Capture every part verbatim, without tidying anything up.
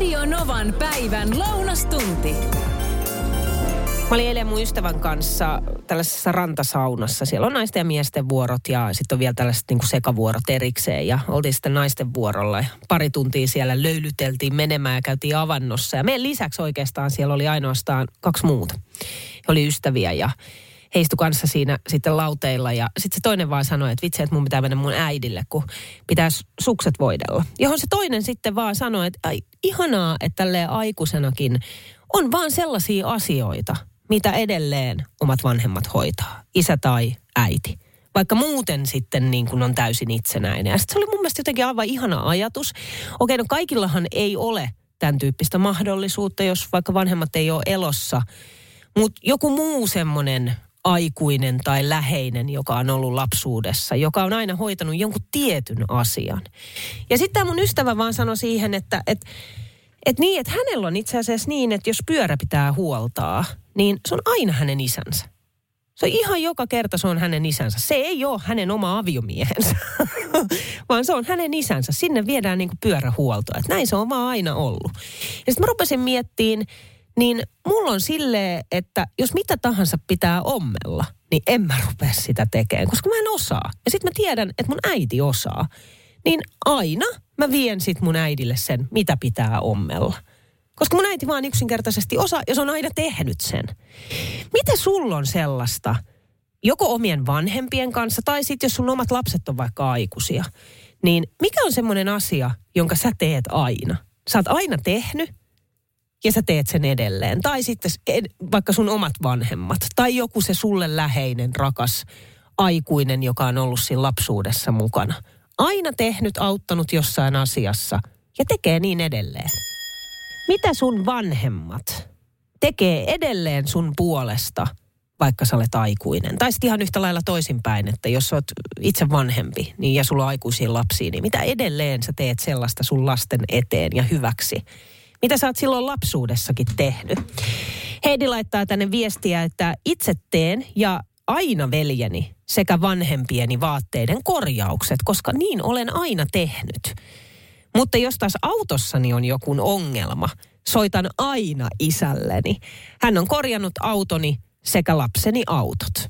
Radio Novan päivän lounastunti. Mä olin eilen mun ystävän kanssa tällaisessa rantasaunassa. Siellä on naisten ja miesten vuorot ja sitten on vielä tällaiset niin kuin sekavuorot erikseen. Ja oltiin sitten naisten vuorolla ja pari tuntia siellä löylyteltiin menemään ja käytiin avannossa. Ja meidän lisäksi oikeastaan siellä oli ainoastaan kaksi muuta. He oli ystäviä ja he istu kanssa siinä sitten lauteilla. Ja sitten se toinen vaan sanoi, että vitsi, että mun pitää mennä mun äidille, kun pitäisi sukset voidella. Johon se toinen sitten vaan sanoi, että ai, ihanaa, että tälleen aikuisenakin on vaan sellaisia asioita, mitä edelleen omat vanhemmat hoitaa, isä tai äiti. Vaikka muuten sitten niin kuin on täysin itsenäinen. Ja sitten se oli mun mielestä jotenkin aivan ihana ajatus. Okei, no kaikillahan ei ole tämän tyyppistä mahdollisuutta, jos vaikka vanhemmat ei ole elossa. Mutta joku muu semmoinen aikuinen tai läheinen, joka on ollut lapsuudessa, joka on aina hoitanut jonkun tietyn asian. Ja sitten tämä mun ystävä vaan sanoi siihen, että et, et niin, että hänellä on itse asiassa niin, että jos pyörä pitää huoltaa, niin se on aina hänen isänsä. Se on ihan joka kerta se on hänen isänsä. Se ei ole hänen oma aviomiehensä, vaan se on hänen isänsä. Sinne viedään niin kuin pyörähuoltoa. Että näin se on vaan aina ollut. Ja sitten mä rupesin miettimään, niin mulla on silleen, että jos mitä tahansa pitää ommella, niin en mä rupea sitä tekemään, koska mä en osaa. Ja sitten mä tiedän, että mun äiti osaa. Niin aina mä vien sit mun äidille sen, mitä pitää ommella. Koska mun äiti vaan yksinkertaisesti osaa, ja se on aina tehnyt sen. Mitä sulla on sellaista, joko omien vanhempien kanssa, tai sitten jos sun omat lapset on vaikka aikuisia, niin mikä on semmoinen asia, jonka sä teet aina? Sä oot aina tehnyt, ja sä teet sen edelleen. Tai sitten vaikka sun omat vanhemmat, tai joku se sulle läheinen, rakas aikuinen, joka on ollut siinä lapsuudessa mukana. Aina tehnyt, auttanut jossain asiassa, ja tekee niin edelleen. Mitä sun vanhemmat tekee edelleen sun puolesta, vaikka sä olet aikuinen? Tai sitten ihan yhtä lailla toisinpäin, että jos sä oot itse vanhempi niin ja sulla on aikuisia lapsia, niin mitä edelleen sä teet sellaista sun lasten eteen ja hyväksi? Mitä sä oot silloin lapsuudessakin tehnyt? Heidi laittaa tänne viestiä, että itse teen ja aina veljeni sekä vanhempieni vaatteiden korjaukset, koska niin olen aina tehnyt. Mutta jos taas autossani on joku ongelma, soitan aina isälleni. Hän on korjannut autoni sekä lapseni autot.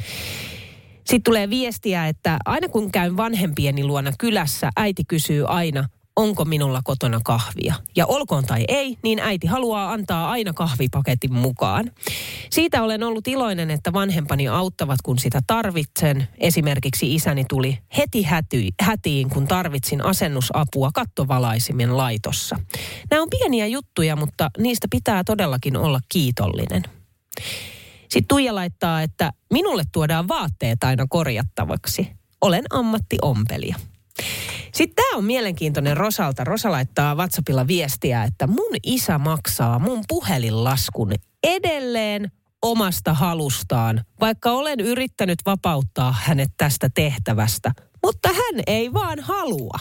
Sitten tulee viestiä, että aina kun käyn vanhempieni luona kylässä, äiti kysyy aina, onko minulla kotona kahvia. Ja olkoon tai ei, niin äiti haluaa antaa aina kahvipaketin mukaan. Siitä olen ollut iloinen, että vanhempani auttavat, kun sitä tarvitsen. Esimerkiksi isäni tuli heti hätyi, hätiin, kun tarvitsin asennusapua kattovalaisimen laitossa. Nämä on pieniä juttuja, mutta niistä pitää todellakin olla kiitollinen. Sitten Tuija laittaa, että minulle tuodaan vaatteet aina korjattavaksi. Olen ammattiompelija. Sitten tämä on mielenkiintoinen Rosalta. Rosa laittaa WhatsAppilla viestiä, että mun isä maksaa mun puhelinlaskun edelleen omasta halustaan, vaikka olen yrittänyt vapauttaa hänet tästä tehtävästä, mutta hän ei vaan halua.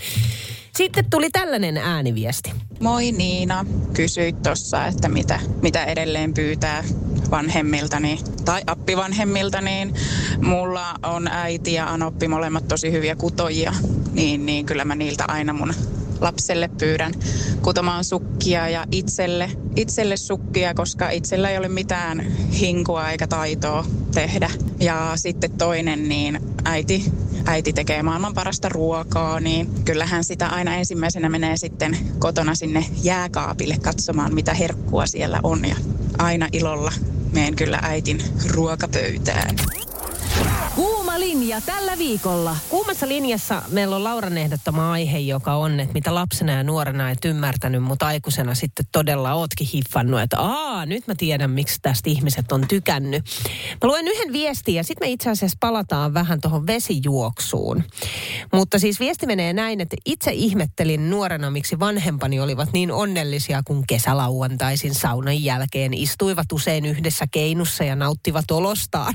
Sitten tuli tällainen ääniviesti. Moi Niina, kysyit tuossa, että mitä, mitä edelleen pyytää vanhemmiltani tai appivanhemmilta, niin mulla on äiti ja anoppi molemmat tosi hyviä kutojia, niin, niin kyllä mä niiltä aina mun lapselle pyydän kutomaan sukkia ja itselle, itselle sukkia, koska itsellä ei ole mitään hinkua eikä taitoa tehdä. Ja sitten toinen, niin äiti, äiti tekee maailman parasta ruokaa, niin kyllähän sitä aina ensimmäisenä menee sitten kotona sinne jääkaapille katsomaan, mitä herkkua siellä on. Ja aina ilolla menen kyllä äitin ruokapöytään. Kuuma linja tällä viikolla. Kuumassa linjassa meillä on Lauran ehdottama aihe, joka on, että mitä lapsena ja nuorena et ymmärtänyt, mutta aikuisena sitten todella ootkin hiffannut, että aa, nyt mä tiedän, miksi tästä ihmiset on tykännyt. Mä luen yhden viestin ja sitten me itse asiassa palataan vähän tuohon vesijuoksuun. Mutta siis viesti menee näin, että itse ihmettelin nuorena, miksi vanhempani olivat niin onnellisia, kun kesälauantaisin saunan jälkeen istuivat usein yhdessä keinussa ja nauttivat olostaan.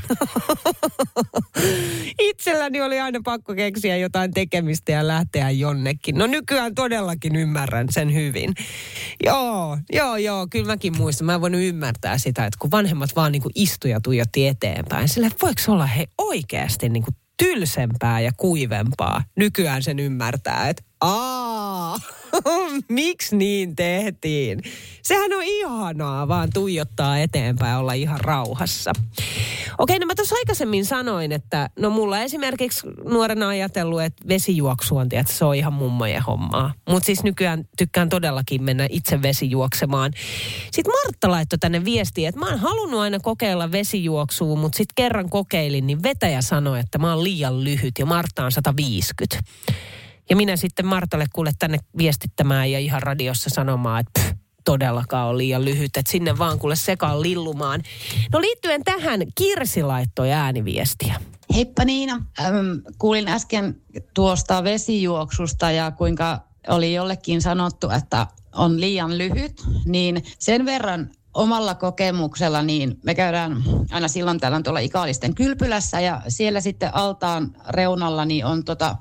Itselläni oli aina pakko keksiä jotain tekemistä ja lähteä jonnekin. No nykyään todellakin ymmärrän sen hyvin. Joo, joo, joo, kyllä mäkin muistan. Mä en voinut ymmärtää sitä, että kun vanhemmat vaan niin kuin istu ja tuijotti eteenpäin. Sillä voiko olla he oikeasti niin kuin tylsempää ja kuivempaa? Nykyään sen ymmärtää, että aah. Miksi niin tehtiin? Sehän on ihanaa vaan tuijottaa eteenpäin ja olla ihan rauhassa. Okei, no mä tuossa aikaisemmin sanoin, että no mulla esimerkiksi nuorena ajatellut, että vesijuoksu on, että se on ihan mummojen hommaa. Mutta siis nykyään tykkään todellakin mennä itse vesijuoksemaan. Sitten Martta laittoi tänne viestiä, että mä oon halunnut aina kokeilla vesijuoksua, mutta sitten kerran kokeilin, niin vetäjä sanoi, että mä oon liian lyhyt ja Martta on sata viisikymmentä. Ja minä sitten Martalle kuule tänne viestittämään ja ihan radiossa sanomaan, että pff, todellakaan on liian lyhyt, että sinne vaan kuule sekaan lillumaan. No liittyen tähän Kirsi laittoi ääniviestiä. Heippa Niina. Ähm, kuulin äsken tuosta vesijuoksusta ja kuinka oli jollekin sanottu, että on liian lyhyt, niin sen verran omalla kokemuksella niin me käydään aina silloin tällöin tuolla Ikaalisten kylpylässä ja siellä sitten altaan reunalla niin on tota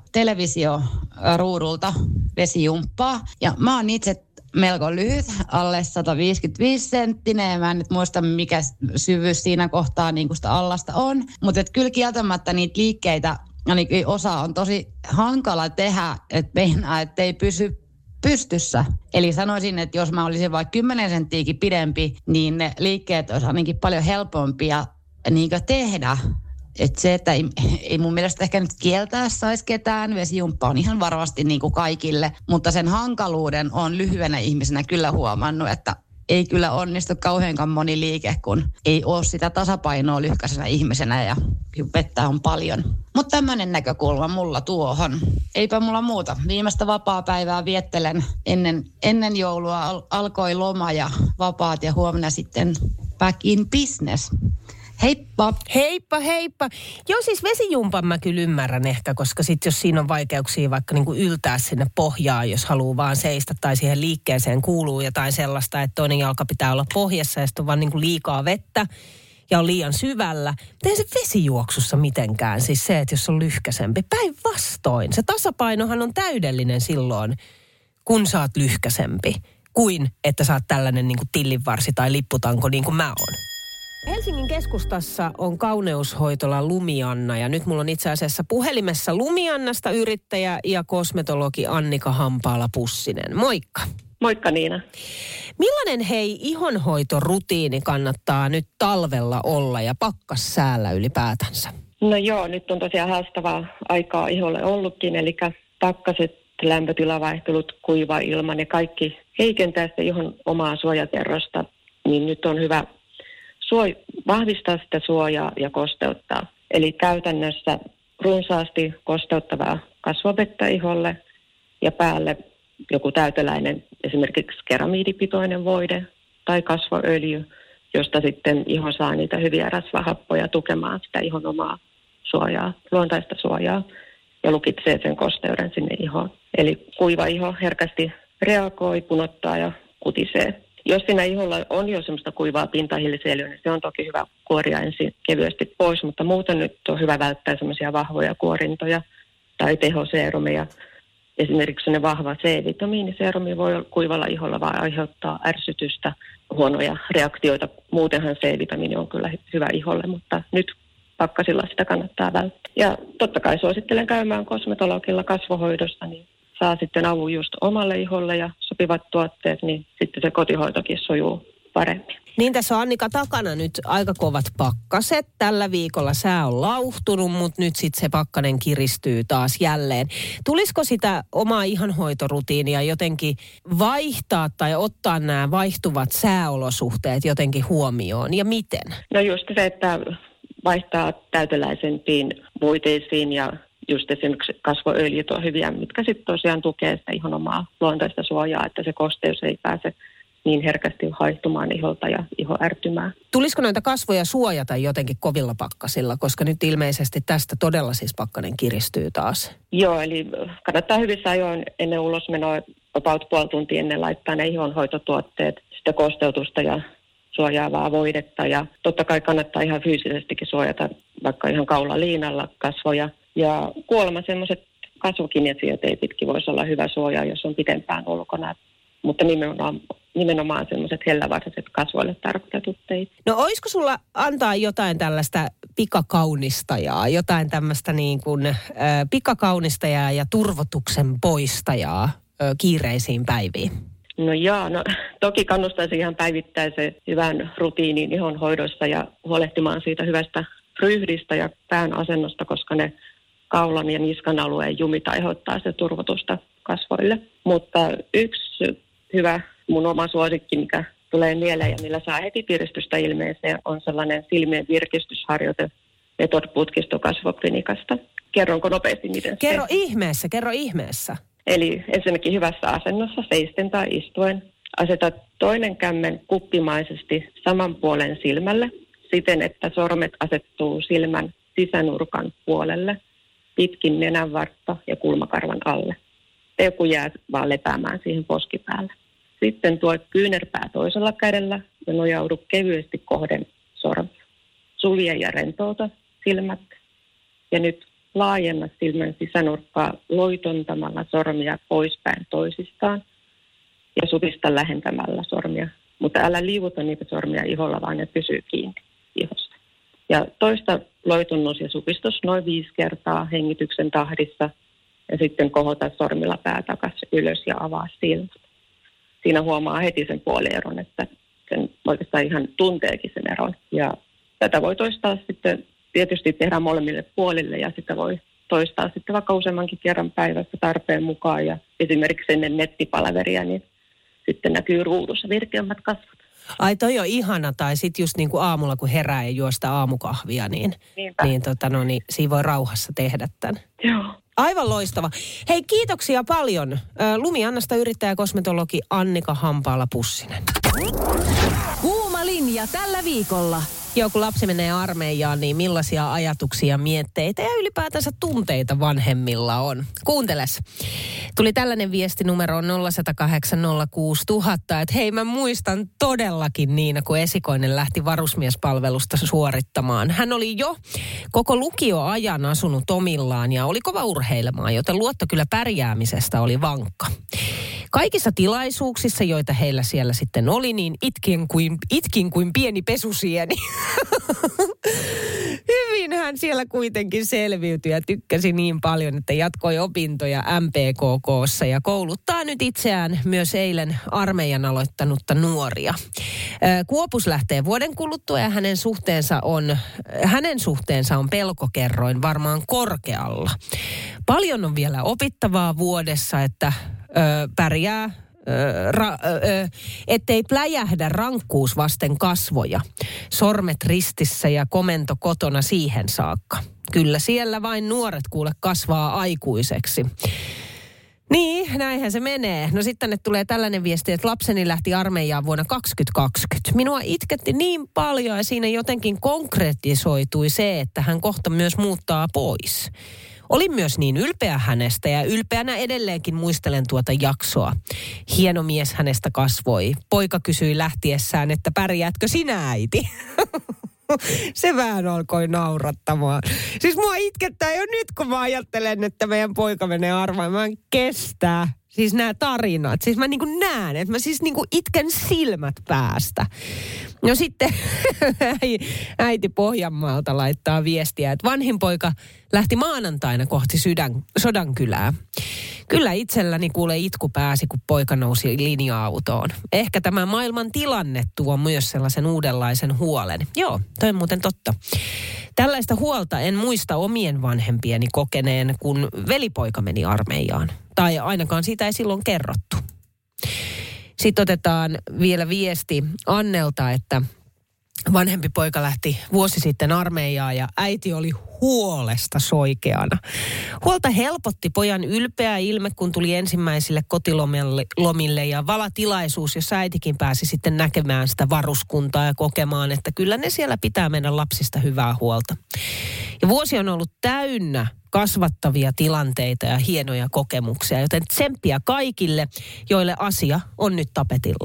televisioruudulta vesijumppaa. Ja mä oon itse melko lyhyt, alle sata viisikymmentäviisi senttinen ja mä en nyt muista mikä syvyys siinä kohtaa niin kuin sitä allasta on. Mutta kyllä kieltämättä niitä liikkeitä, niin osa on tosi hankala tehdä, että meinaa, että ei pysy pystyssä. Eli sanoisin, että jos mä olisin vaikka kymmenen senttiäkin pidempi, niin ne liikkeet olisi ainakin paljon helpompia niin tehdä. Että se, että ei, ei mun mielestä ehkä nyt kieltää saisi ketään, vesijumppa on ihan varmasti niin kuin kaikille, mutta sen hankaluuden on lyhyenä ihmisenä kyllä huomannut, että ei kyllä onnistu kauheankaan moni liike, kun ei ole sitä tasapainoa lyhkäisenä ihmisenä ja vettä on paljon. Mutta tämmöinen näkökulma mulla tuohon. Eipä mulla muuta. Viimeistä vapaapäivää viettelen ennen, ennen joulua al- alkoi loma ja vapaat ja huomenna sitten back in business. Heippa! Heippa, heippa. Joo, siis vesijumpan mä kyllä ymmärrän ehkä, koska sitten jos siinä on vaikeuksia vaikka niin kuin yltää sinne pohjaan, jos haluaa vaan seistä tai siihen liikkeeseen kuuluu jotain sellaista, että toinen jalka pitää olla pohjassa ja sitten on vaan niin kuin liikaa vettä ja on liian syvällä. Mutta ei se vesijuoksussa mitenkään, siis se, että jos on lyhkäsempi. Päinvastoin. Se tasapainohan on täydellinen silloin, kun sä oot lyhkäsempi, kuin että sä oot tällainen niin kuin tillinvarsi tai lipputanko niin kuin mä oon. Helsingin keskustassa on kauneushoitola Lumianna ja nyt mulla on itse asiassa puhelimessa Lumiannasta yrittäjä ja kosmetologi Annika Hampaala-Pussinen. Moikka. Moikka Niina. Millainen hei ihonhoitorutiini kannattaa nyt talvella olla ja pakkassäällä ylipäätänsä? No joo, nyt on tosiaan haastavaa aikaa iholle ollutkin, eli pakkaset, lämpötilavaihtelut, kuiva ilma, ne kaikki heikentää sitä ihon omaa suojakerrosta, niin nyt on hyvä Suoj- vahvistaa sitä suojaa ja kosteuttaa. Eli käytännössä runsaasti kosteuttavaa kasvovettä iholle ja päälle joku täyteläinen, esimerkiksi keramiidipitoinen voide tai kasvoöljy, josta sitten iho saa niitä hyviä rasvahappoja tukemaan sitä ihon omaa suojaa, luontaista suojaa ja lukitsee sen kosteuden sinne ihoon. Eli kuiva iho herkästi reagoi, punottaa ja kutisee. Jos siinä iholla on jo semmoista kuivaa pintahiiliselyä, niin se on toki hyvä kuoria ensin kevyesti pois, mutta muuten nyt on hyvä välttää semmoisia vahvoja kuorintoja tai tehoseerumeja. Esimerkiksi ne vahva C-vitamiiniseerumi voi kuivalla iholla vaan aiheuttaa ärsytystä, huonoja reaktioita. Muutenhan C-vitamiini on kyllä hyvä iholle, mutta nyt pakkasilla sitä kannattaa välttää. Ja totta kai suosittelen käymään kosmetologilla kasvohoidosta, niin saa sitten avun just omalle iholle ja sopivat tuotteet, niin sitten se kotihoitokin sujuu paremmin. Niin tässä on Annika takana nyt aika kovat pakkaset. Tällä viikolla sää on lauhtunut, mutta nyt sitten se pakkanen kiristyy taas jälleen. Tulisiko sitä omaa ihonhoitorutiinia jotenkin vaihtaa tai ottaa nämä vaihtuvat sääolosuhteet jotenkin huomioon ja miten? No just se, että vaihtaa täyteläisempiin voiteisiin ja just esimerkiksi kasvoöljyt on hyviä, mitkä sitten tosiaan tukee sitä ihon omaa luontaista suojaa, että se kosteus ei pääse niin herkästi haihtumaan iholta ja iho ärtymään. Tulisiko noita kasvoja suojata jotenkin kovilla pakkasilla, koska nyt ilmeisesti tästä todella siis pakkanen kiristyy taas? Joo, eli kannattaa hyvissä ajoin ennen ulosmenoa, about puoli tuntia ennen laittaa ne ihonhoitotuotteet, sitä kosteutusta ja suojaavaa voidetta. Ja totta kai kannattaa ihan fyysisestikin suojata vaikka ihan kaulaliinalla kasvoja. Ja kuolema semmoiset kasvokinesiateipitkin voisi olla hyvä suoja, jos on pitempään ulkona. Mutta nimenomaan, nimenomaan semmoiset hellävaraiset kasvoille tarkoitetut teipit. No olisiko sulla antaa jotain tällaista pikakaunistajaa, jotain tämmöistä niin kuin äh, pikakaunistajaa ja turvotuksen poistajaa ö, kiireisiin päiviin? No jaa, no toki kannustaisin ihan päivittäisen hyvän rutiinin ihonhoidossa ja huolehtimaan siitä hyvästä ryhdistä ja pään asennosta, koska ne kaulan ja niskan alueen jumit aiheuttaa sitä turvotusta kasvoille. Mutta yksi hyvä mun oma suosikki, mikä tulee mieleen ja millä saa heti piristystä ilmeeseen, on sellainen silmien virkistysharjoite Method-putkisto kasvoklinikasta. Kerronko nopeasti, miten se Kerro ihmeessä, kerro ihmeessä. Eli ensinnäkin hyvässä asennossa, seisten tai istuen, asetat toinen kämmen kuppimaisesti saman puolen silmälle siten, että sormet asettuu silmän sisänurkan puolelle, pitkin nenänvartta ja kulmakarvan alle. Peukku jää vaan lepäämään siihen poskipäälle. Sitten tuo kyynärpää toisella kädellä ja nojaudu kevyesti kohden sormia. Sulje ja rentouta silmät ja nyt laajenna silmän sisänurkkaa loitontamalla sormia poispäin toisistaan ja supista lähentämällä sormia. Mutta älä liivuta niitä sormia iholla, vaan ne pysyy kiinni ihosta. Ja toista loitunnus ja supistus noin viisi kertaa hengityksen tahdissa ja sitten kohota sormilla pää takaisin ylös ja avaa silmät. Siinä huomaa heti sen puolieron, että sen oikeastaan ihan tunteekin sen eron. Ja tätä voi toistaa sitten, tietysti tehdään molemmille puolille ja sitä voi toistaa sitten vaikka useammankin kerran päivässä tarpeen mukaan. Ja esimerkiksi ennen nettipalaveria, niin sitten näkyy ruudussa virkeämmät kasvot. Ai toi on ihana, tai sitten just niin kuin aamulla kun herää ja juo sitä aamukahvia, niin, niin, tota, no, niin siinä voi rauhassa tehdä tämän. Joo. Aivan loistava. Hei, kiitoksia paljon. Lumiannasta yrittäjä kosmetologi Annika Hampaala-Pussinen. Kuuma linja tällä viikolla. Joo, kun lapsi menee armeijaan, niin millaisia ajatuksia, mietteitä ja ylipäätänsä tunteita vanhemmilla on? Kuunteles. Tuli tällainen viesti numeroon nolla yksi nolla kahdeksan nolla kuusi nolla nolla nolla, että hei, mä muistan todellakin Niina, kun esikoinen lähti varusmiespalvelusta suorittamaan. Hän oli jo koko lukioajan asunut omillaan ja oli kova urheilemaan, joten luotto kyllä pärjäämisestä oli vankka. Kaikissa tilaisuuksissa, joita heillä siellä sitten oli, niin itkin kuin, itkin kuin pieni pesusieni. Hyvin hän siellä kuitenkin selviytyi ja tykkäsi niin paljon, että jatkoi opintoja M P K K:ssa ja kouluttaa nyt itseään myös eilen armeijan aloittanutta nuoria. Kuopus lähtee vuoden kuluttua ja hänen suhteensa on, hänen suhteensa on pelkokerroin varmaan korkealla. Paljon on vielä opittavaa vuodessa, että Ö, pärjää, ö, ra, ö, ettei pläjähdä rankkuus vasten kasvoja. Sormet ristissä ja komento kotona siihen saakka. Kyllä siellä vain nuoret kuule kasvaa aikuiseksi. Niin, näinhän se menee. No sitten tänne tulee tällainen viesti, että lapseni lähti armeijaan vuonna kaksituhattakaksikymmentä. Minua itketti niin paljon ja siinä jotenkin konkretisoitui se, että hän kohta myös muuttaa pois. Olin myös niin ylpeä hänestä ja ylpeänä edelleenkin muistelen tuota jaksoa. Hieno mies hänestä kasvoi. Poika kysyi lähtiessään, että pärjäätkö sinä, äiti? Se vähän alkoi naurattamaan. Siis mua itkettää jo nyt, kun mä ajattelen, että meidän poika menee arvaan. Mä en kestää. Siis nämä tarinat. Siis mä niinku näen, että mä siis niinku itken silmät päästä. No sitten äiti Pohjanmaalta laittaa viestiä, että vanhin poika lähti maanantaina kohti sydän, Sodankylää. Kyllä itselläni kuule itku pääsi, kun poika nousi linja-autoon. Ehkä tämä maailman tilanne tuo myös sellaisen uudenlaisen huolen. Joo, toi on muuten totta. Tällaista huolta en muista omien vanhempieni kokeneen, kun velipoika meni armeijaan. Tai ainakaan siitä ei silloin kerrottu. Sitten otetaan vielä viesti Annelta, että vanhempi poika lähti vuosi sitten armeijaan ja äiti oli huolesta soikeana. Huolta helpotti pojan ylpeä ilme, kun tuli ensimmäisille kotilomille ja valatilaisuus, jossa äitikin pääsi sitten näkemään sitä varuskuntaa ja kokemaan, että kyllä ne siellä pitää meidän lapsista hyvää huolta. Ja vuosi on ollut täynnä kasvattavia tilanteita ja hienoja kokemuksia, joten tsemppiä kaikille, joille asia on nyt tapetilla.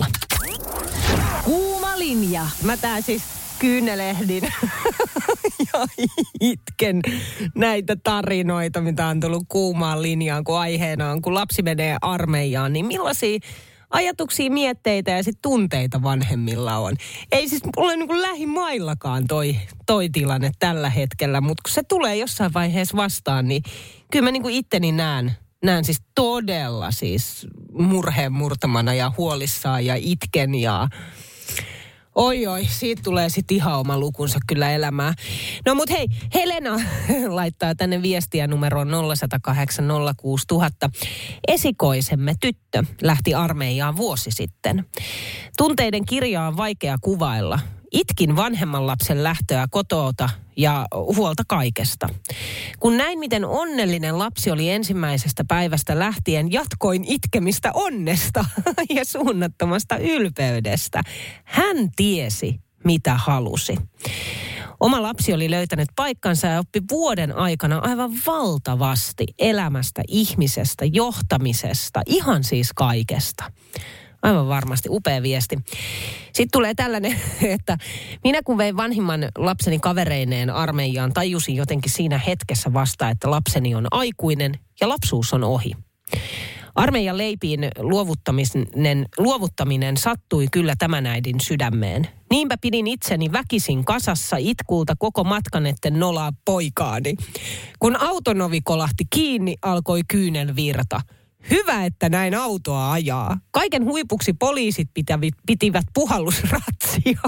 Kuuma linja. Mä tää siis kyynelehdin ja itken näitä tarinoita, mitä on tullut kuumaan linjaan, kun aiheena on, kun lapsi menee armeijaan, niin millaisia ajatuksia, mietteitä ja sitten tunteita vanhemmilla on. Ei siis ole niin kuin lähimaillakaan toi, toi tilanne tällä hetkellä, mutta kun se tulee jossain vaiheessa vastaan, niin kyllä mä niin kuin itteni näen näen siis todella siis murheen murtamana ja huolissaan ja itken ja... Oi oi, siitä tulee sitten ihan oma lukunsa kyllä elämää. No mut hei, Helena laittaa tänne viestiä numeroon nolla yksi nolla kahdeksan nolla kuusi nolla nolla nolla. Esikoisemme tyttö lähti armeijaan vuosi sitten. Tunteiden kirjaa on vaikea kuvailla. Itkin vanhemman lapsen lähtöä kotoota ja huolta kaikesta. Kun näin, miten onnellinen lapsi oli ensimmäisestä päivästä lähtien, jatkoin itkemistä onnesta ja suunnattomasta ylpeydestä. Hän tiesi, mitä halusi. Oma lapsi oli löytänyt paikkansa ja oppi vuoden aikana aivan valtavasti elämästä, ihmisestä, johtamisesta, ihan siis kaikesta. Aivan varmasti, upea viesti. Sitten tulee tällainen, että minä kun vein vanhimman lapseni kavereineen armeijaan, tajusin jotenkin siinä hetkessä vasta, että lapseni on aikuinen ja lapsuus on ohi. Armeijan leipiin luovuttaminen, luovuttaminen sattui kyllä tämän äidin sydämeen. Niinpä pidin itseni väkisin kasassa itkulta koko matkan, etten nolaa poikaani. Kun autonovi kolahti kiinni, alkoi kyynelvirta. Hyvä, että näin autoa ajaa. Kaiken huipuksi poliisit pitävät, pitivät puhallusratsia.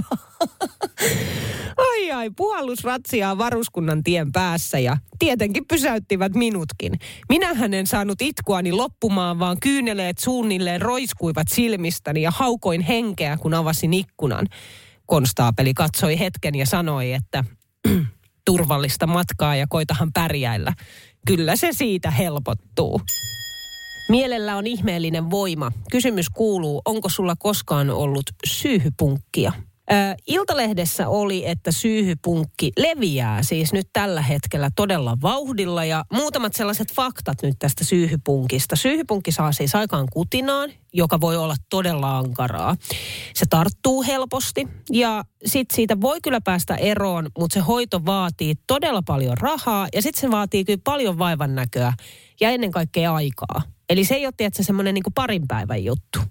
Ai ai, puhallusratsia varuskunnan tien päässä ja tietenkin pysäyttivät minutkin. Minähän en saanut itkuani loppumaan, vaan kyyneleet suunnilleen roiskuivat silmistäni ja haukoin henkeä, kun avasin ikkunan. Konstaapeli katsoi hetken ja sanoi, että turvallista matkaa ja koitahan pärjäillä. Kyllä se siitä helpottuu. Mielellä on ihmeellinen voima. Kysymys kuuluu, onko sulla koskaan ollut syyhypunkkia? Ö, Iltalehdessä oli, että syyhypunkki leviää siis nyt tällä hetkellä todella vauhdilla ja muutamat sellaiset faktat nyt tästä syyhypunkista. Syyhypunkki saa siis aikaan kutinaan, joka voi olla todella ankaraa. Se tarttuu helposti ja sitten siitä voi kyllä päästä eroon, mutta se hoito vaatii todella paljon rahaa ja sitten se vaatii kyllä paljon vaivan näköä ja ennen kaikkea aikaa. Eli se ei ole tietysti semmoinen niin kuin parin päivän juttu.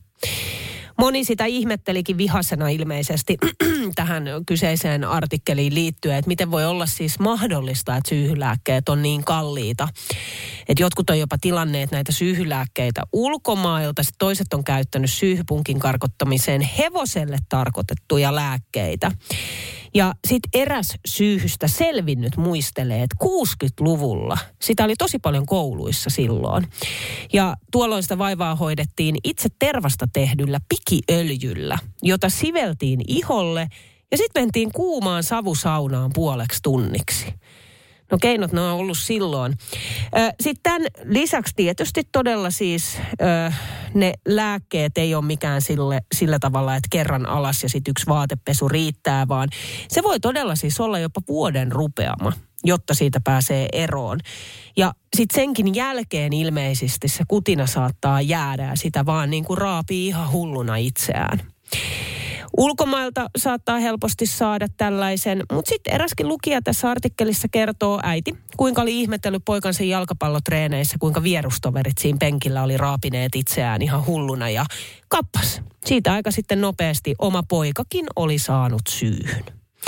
Moni sitä ihmettelikin vihasena ilmeisesti tähän kyseiseen artikkeliin liittyen, että miten voi olla siis mahdollista, että syyhylääkkeet on niin kalliita. Että jotkut on jopa tilanneet näitä syyhylääkkeitä ulkomailta, sitten toiset on käyttänyt syyhypunkin karkottamiseen hevoselle tarkoitettuja lääkkeitä. Ja sitten eräs syyhystä selvinnyt muistelee, että kuusikymmentäluvulla, sitä oli tosi paljon kouluissa silloin. Ja tuolloin sitä vaivaa hoidettiin itse tervasta tehdyllä pikiöljyllä, jota siveltiin iholle ja sitten mentiin kuumaan savusaunaan puoleksi tunniksi. No keinot ne on ollut silloin. Sitten tämän lisäksi tietysti todella siis ne lääkkeet ei ole mikään sille, sillä tavalla, että kerran alas ja sitten yksi vaatepesu riittää, vaan se voi todella siis olla jopa vuoden rupeama, jotta siitä pääsee eroon. Ja sitten senkin jälkeen ilmeisesti se kutina saattaa jäädä ja sitä vaan niin kuin raapii ihan hulluna itseään. Ulkomailta saattaa helposti saada tällaisen, mutta sitten eräskin lukija tässä artikkelissa kertoo äiti, kuinka oli ihmetellyt poikansa jalkapallotreeneissä, kuinka vierustoverit siinä penkillä oli raapineet itseään ihan hulluna ja kappas. Siitä aika sitten nopeasti oma poikakin oli saanut syyhyn.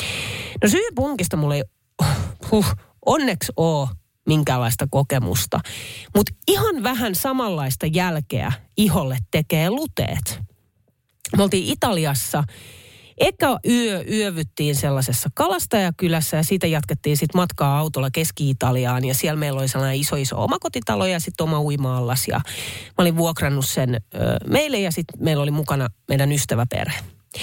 No syyhypunkista mulla ei huh, onneksi ole minkäänlaista kokemusta, mutta ihan vähän samanlaista jälkeä iholle tekee luteet. Me oltiin Italiassa. Eka yö yövyttiin sellaisessa kalastajakylässä ja siitä jatkettiin sitten matkaa autolla Keski-Italiaan. Ja siellä meillä oli sellainen iso iso omakotitalo ja sitten oma uima-allas. Ja mä olin vuokrannut sen ö, meille ja sitten meillä oli mukana meidän ystäväperhe.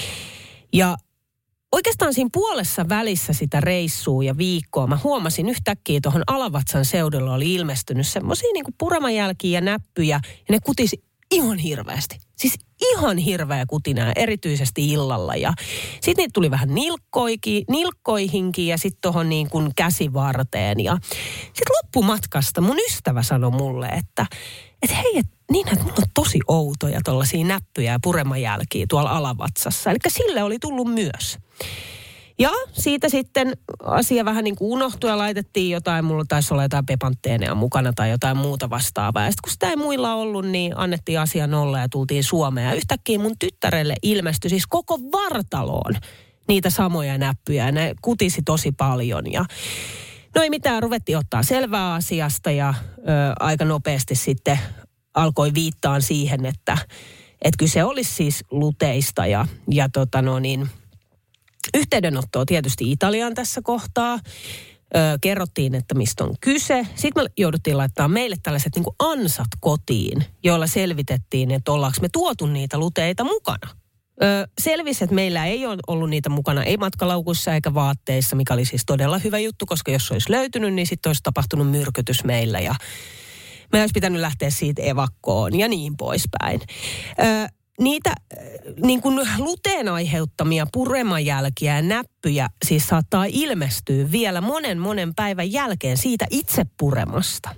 Ja oikeastaan siinä puolessa välissä sitä reissua ja viikkoa mä huomasin yhtäkkiä tuohon Alavatsan seudulla oli ilmestynyt semmoisia niinku puremajälkiä ja näppyjä ja ne kutisi ihan hirveästi. Siis ihan hirveä kutina, erityisesti illalla. Ja sitten niitä tuli vähän nilkkoihinkin ja sitten tuohon niin kuin käsivarteen. Ja sitten loppumatkasta mun ystävä sanoi mulle, että et hei, et, niin että mulla on tosi outoja tuollaisia näppyjä ja puremajälkiä tuolla alavatsassa. Eli sille oli tullut myös. Ja siitä sitten asia vähän niin kuin unohtui ja laitettiin jotain, mulla taisi olla jotain pepantteeneja mukana tai jotain muuta vastaavaa. Ja sitten kun sitä ei muilla ollut, niin annettiin asia nolla ja tultiin Suomeen. Ja yhtäkkiä mun tyttärelle ilmestyi siis koko vartaloon niitä samoja näppyjä ja ne kutisi tosi paljon. Ja No ei mitään, ruvettiin ottaa selvää asiasta ja ö, aika nopeasti sitten alkoi viittaan siihen, että et kyse olisi siis luteista ja, ja tota no niin, yhteydenottoa tietysti Italiaan tässä kohtaa. Ö, kerrottiin, että mistä on kyse. Sitten me jouduttiin laittaa meille tällaiset niin kuin ansat kotiin, joilla selvitettiin, että ollaanko me tuotu niitä luteita mukana. Ö, selvisi, että meillä ei ole ollut niitä mukana, ei matkalaukuissa eikä vaatteissa, mikä oli siis todella hyvä juttu, koska jos olisi löytynyt, niin sitten olisi tapahtunut myrkytys meillä ja me olisi pitänyt lähteä siitä evakkoon ja niin poispäin. Ö, niitä niin kuin luteen aiheuttamia puremajälkiä ja näppyjä siis saattaa ilmestyä vielä monen monen päivän jälkeen siitä itse puremasta.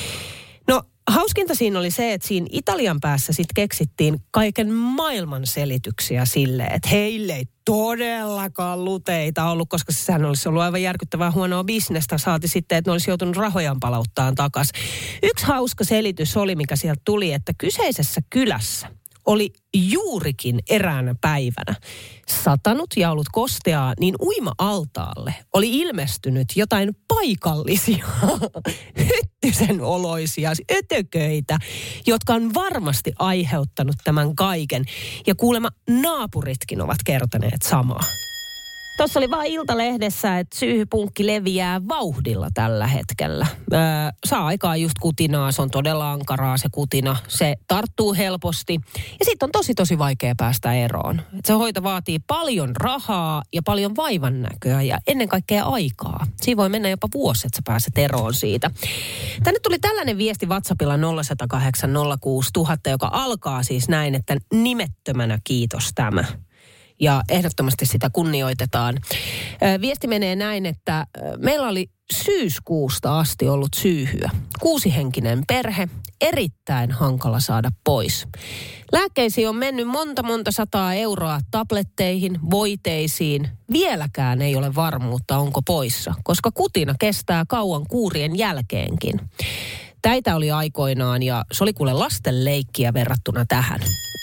No hauskinta siinä oli se, että siinä Italian päässä sitten keksittiin kaiken maailman selityksiä sille, että heille ei todellakaan luteita ollut, koska sehän olisi ollut aivan järkyttävää huonoa bisnestä. Saati sitten, että ne olisi joutunut rahojaan palauttaan takaisin. Yksi hauska selitys oli, mikä sieltä tuli, että kyseisessä kylässä oli juurikin eräänä päivänä satanut ja ollut kosteaa, niin uima-altaalle oli ilmestynyt jotain paikallisia hyttysen oloisia ötököitä, jotka on varmasti aiheuttanut tämän kaiken. Ja kuulemma naapuritkin ovat kertoneet samaa. Tuossa oli vaan Iltalehdessä, että syyhypunkki leviää vauhdilla tällä hetkellä. Öö, saa aikaa just kutinaa, se on todella ankaraa se kutina. Se tarttuu helposti ja sitten on tosi tosi vaikea päästä eroon. Et se hoito vaatii paljon rahaa ja paljon vaivan näköä ja ennen kaikkea aikaa. Siinä voi mennä jopa vuosi, että sä pääset eroon siitä. Tänne tuli tällainen viesti WhatsAppilla nolla yksi nolla kahdeksan nolla kuusi nolla nolla nolla, joka alkaa siis näin, että nimettömänä kiitos tämä. Ja ehdottomasti sitä kunnioitetaan. Viesti menee näin, että meillä oli syyskuusta asti ollut syyhyä. Kuusihenkinen perhe, erittäin hankala saada pois. Lääkkeisiin on mennyt monta monta sataa euroa tabletteihin, voiteisiin. Vieläkään ei ole varmuutta, onko poissa, koska kutina kestää kauan kuurien jälkeenkin. Täitä oli aikoinaan ja se oli kuule lasten leikkiä verrattuna tähän.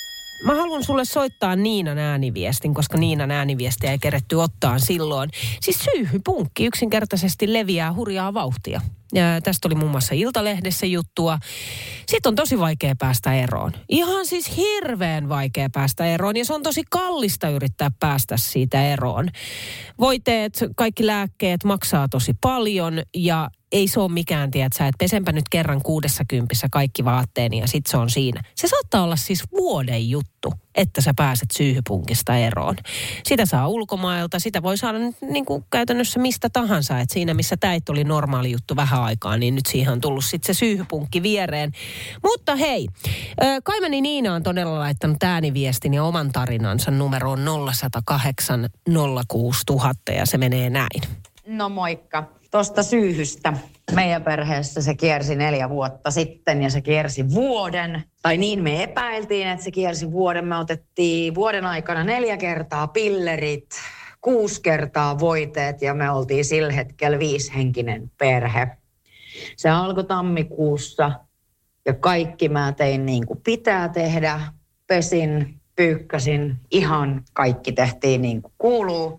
Mä haluan sulle soittaa Niinan ääniviestin, koska Niinan ääniviestiä ei keretty ottaa silloin. Siis syyhypunkki yksinkertaisesti leviää hurjaa vauhtia. Ja tästä oli muun muassa Iltalehdessä juttua. Sitten on tosi vaikea päästä eroon. Ihan siis hirveän vaikea päästä eroon ja se on tosi kallista yrittää päästä siitä eroon. Voiteet, kaikki lääkkeet maksaa tosi paljon ja ei se ole mikään, tiedät sä, että pesenpä nyt kerran kuudessa kympissä kaikki vaatteeni ja sit se on siinä. Se saattaa olla siis vuoden juttu, että sä pääset syyhypunkista eroon. Sitä saa ulkomailta, sitä voi saada niin kuin käytännössä mistä tahansa. Että siinä missä täit oli normaali juttu vähän aikaa, niin nyt siihen on tullut sitten se syyhypunkki viereen. Mutta hei, Kaimani Niina on todella laittanut ääniviestin ja oman tarinansa numeroon nolla yksi nolla kahdeksan nolla kuusi nolla nolla nolla ja se menee näin. No moikka. Tuosta syyhystä. Meidän perheessä se kiersi neljä vuotta sitten ja se kiersi vuoden. Tai niin me epäiltiin, että se kiersi vuoden. Me otettiin vuoden aikana neljä kertaa pillerit, kuusi kertaa voiteet ja me oltiin sillä hetkellä viisihenkinen perhe. Se alkoi tammikuussa ja kaikki mä tein niin kuin pitää tehdä. Pesin, pyykkäsin, ihan kaikki tehtiin niin kuin kuuluu.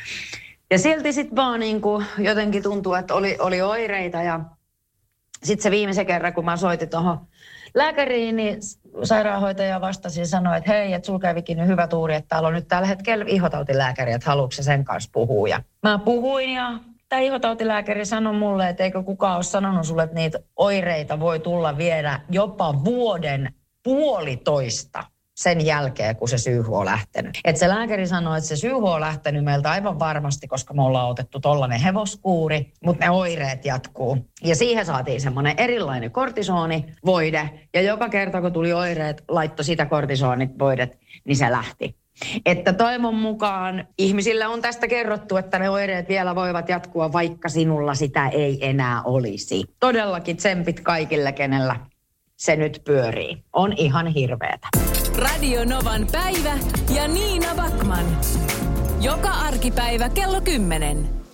Ja silti sitten vaan niin kuin jotenkin tuntuu, että oli, oli oireita ja sitten se viimeisen kerran, kun mä soitin tuohon lääkäriin, niin sairaanhoitaja vastasi ja sanoi, että hei, että sulla kävikin nyt hyvä tuuri, että täällä on nyt tällä hetkellä ihotautilääkäri, että haluatko sen kanssa puhua. Ja mä puhuin ja tämä ihotautilääkäri sanoi mulle, että eikö kukaan ole sanonut sulle, että niitä oireita voi tulla vielä jopa vuoden puolitoista sen jälkeen, kun se syyhy on lähtenyt. Et se lääkäri sanoi, että se syyhy on lähtenyt meiltä aivan varmasti, koska me ollaan otettu tollainen hevoskuuri, mutta ne oireet jatkuu. Ja siihen saatiin semmoinen erilainen kortisonivoide, ja joka kerta, kun tuli oireet, laittoi sitä kortisonivoidet, niin se lähti. Että toivon mukaan ihmisille on tästä kerrottu, että ne oireet vielä voivat jatkua, vaikka sinulla sitä ei enää olisi. Todellakin tsempit kaikille, kenellä se nyt pyörii. On ihan hirveetä. Radio Novan päivä ja Niina Backman. Joka arkipäivä kello kymmenen.